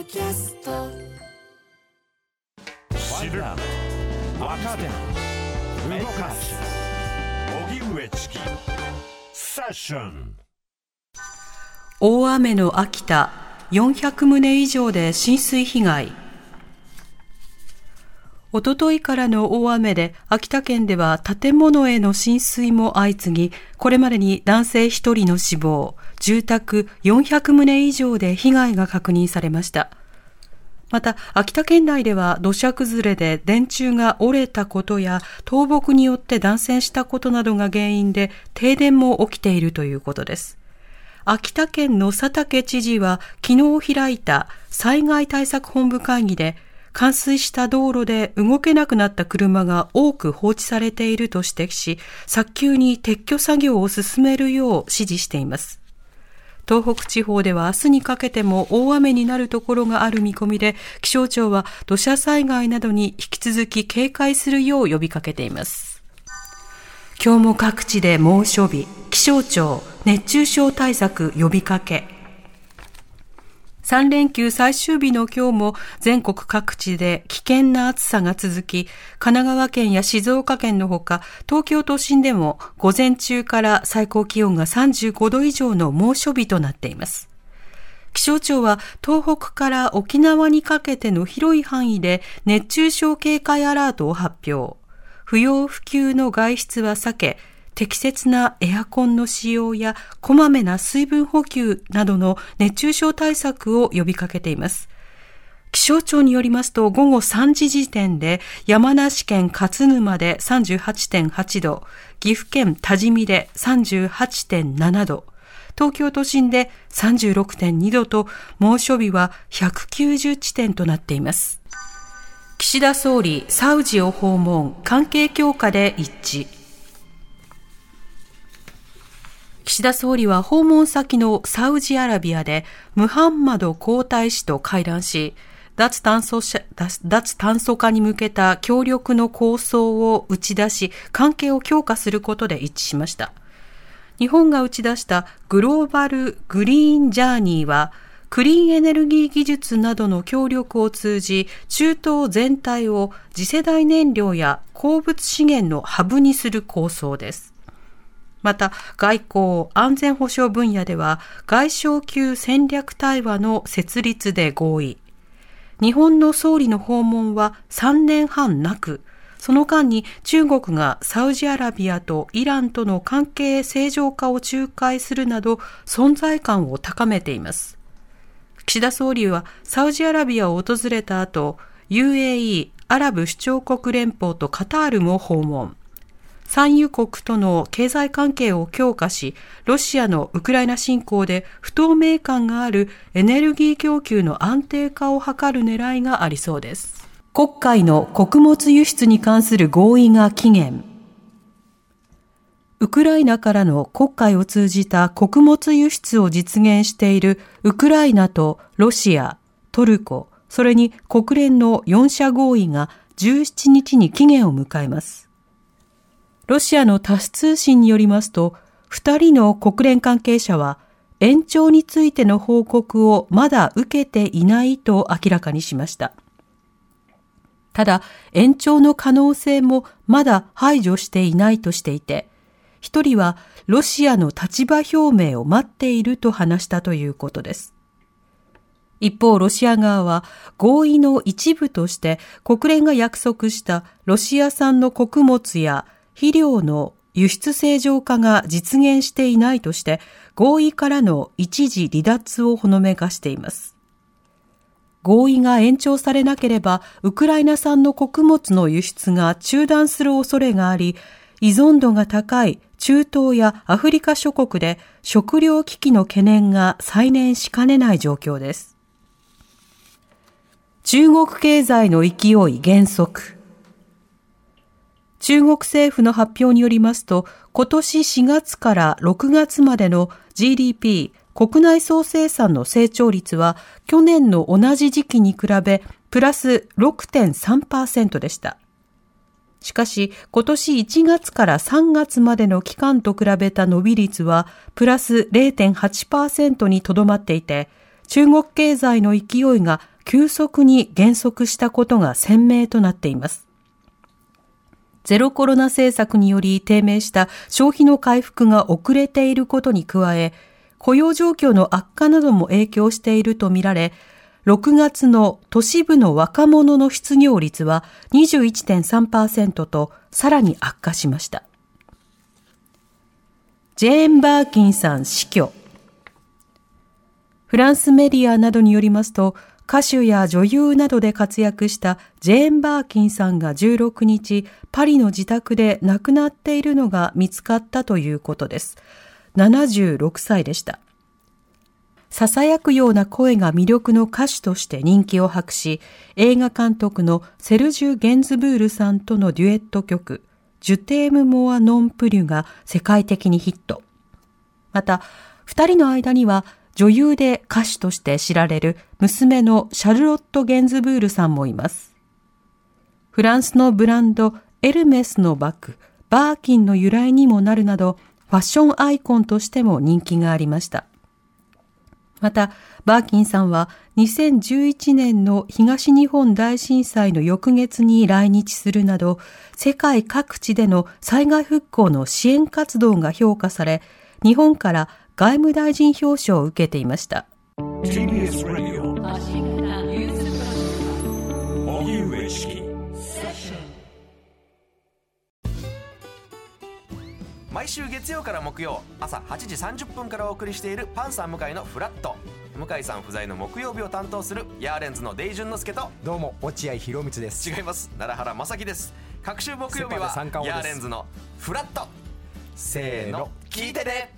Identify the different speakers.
Speaker 1: キャスト。
Speaker 2: 知る、若手、動かす、荻上チキセッション。
Speaker 3: 大雨の秋田、400棟以上で浸水被害。おとといからの大雨で秋田県では建物への浸水も相次ぎ、これまでに男性1人の死亡、住宅400棟以上で被害が確認されました。また、秋田県内では土砂崩れで電柱が折れたことや倒木によって断線したことなどが原因で停電も起きているということです。秋田県の佐竹知事は昨日開いた災害対策本部会議で、冠水した道路で動けなくなった車が多く放置されていると指摘し、早急に撤去作業を進めるよう指示しています。東北地方では明日にかけても大雨になるところがある見込みで、気象庁は土砂災害などに引き続き警戒するよう呼びかけています。今日も各地で猛暑日、気象庁熱中症対策呼びかけ。3連休最終日の今日も全国各地で危険な暑さが続き、神奈川県や静岡県のほか、東京都心でも午前中から最高気温が35度以上の猛暑日となっています。気象庁は東北から沖縄にかけての広い範囲で熱中症警戒アラートを発表。不要不急の外出は避け、適切なエアコンの使用やこまめな水分補給などの熱中症対策を呼びかけています。気象庁によりますと、午後3時時点で山梨県勝沼で 38.8 度、岐阜県多治見で 38.7 度、東京都心で 36.2 度と猛暑日は190地点となっています。岸田総理、サウジを訪問、関係強化で一致。岸田総理は訪問先のサウジアラビアでムハンマド皇太子と会談し、脱炭素化に向けた協力の構想を打ち出し、関係を強化することで一致しました。日本が打ち出したグローバルグリーンジャーニーは、クリーンエネルギー技術などの協力を通じ、中東全体を次世代燃料や鉱物資源のハブにする構想です。また、外交・安全保障分野では、外相級戦略対話の設立で合意。日本の総理の訪問は3年半なく、その間に中国がサウジアラビアとイランとの関係正常化を仲介するなど、存在感を高めています。岸田総理はサウジアラビアを訪れた後、UAE・アラブ首長国連邦とカタールも訪問。産油国との経済関係を強化し、ロシアのウクライナ侵攻で不透明感があるエネルギー供給の安定化を図る狙いがありそうです。黒海の穀物輸出に関する合意が期限。ウクライナからの黒海を通じた穀物輸出を実現しているウクライナとロシア、トルコ、それに国連の4者合意が17日に期限を迎えます。ロシアのタス通信によりますと、2人の国連関係者は延長についての報告をまだ受けていないと明らかにしました。ただ、延長の可能性もまだ排除していないとしていて、1人はロシアの立場表明を待っていると話したということです。一方、ロシア側は合意の一部として国連が約束したロシア産の穀物や肥料の輸出正常化が実現していないとして、合意からの一時離脱をほのめかしています。合意が延長されなければ、ウクライナ産の穀物の輸出が中断する恐れがあり、依存度が高い中東やアフリカ諸国で食糧危機の懸念が再燃しかねない状況です。中国経済の勢い減速。中国政府の発表によりますと、今年4月から6月までの GDP 国内総生産の成長率は去年の同じ時期に比べプラス 6.3% でした。しかし今年1月から3月までの期間と比べた伸び率はプラス 0.8% にとどまっていて、中国経済の勢いが急速に減速したことが鮮明となっています。ゼロコロナ政策により低迷した消費の回復が遅れていることに加え、雇用状況の悪化なども影響しているとみられ、6月の都市部の若者の失業率は 21.3% とさらに悪化しました。ジェーン・バーキンさん死去。フランスメディアなどによりますと、歌手や女優などで活躍したジェーン・バーキンさんが16日、パリの自宅で亡くなっているのが見つかったということです。76歳でした。囁くような声が魅力の歌手として人気を博し、映画監督のセルジュ・ゲンズブールさんとのデュエット曲、ジュテーム・モア・ノン・プリュが世界的にヒット。また、二人の間には女優で歌手として知られる娘のシャルロット・ゲンズブールさんもいます。フランスのブランドエルメスのバッグ、バーキンの由来にもなるなど、ファッションアイコンとしても人気がありました。また、バーキンさんは2011年の東日本大震災の翌月に来日するなど、世界各地での災害復興の支援活動が評価され、日本から外務大臣表彰を受けていました。
Speaker 2: TBS ラジオ荻上チキ。
Speaker 1: 毎週月曜から木曜朝8時30分からお送りしているパンサー向井のフラット。向井さん不在の木曜日を担当するヤーレンズのデイジュンの之介と、
Speaker 4: どうも落合博満です。
Speaker 1: 違います、奈良原正樹です。各週木曜日はヤーレンズのフラット。せーの、聞いてね。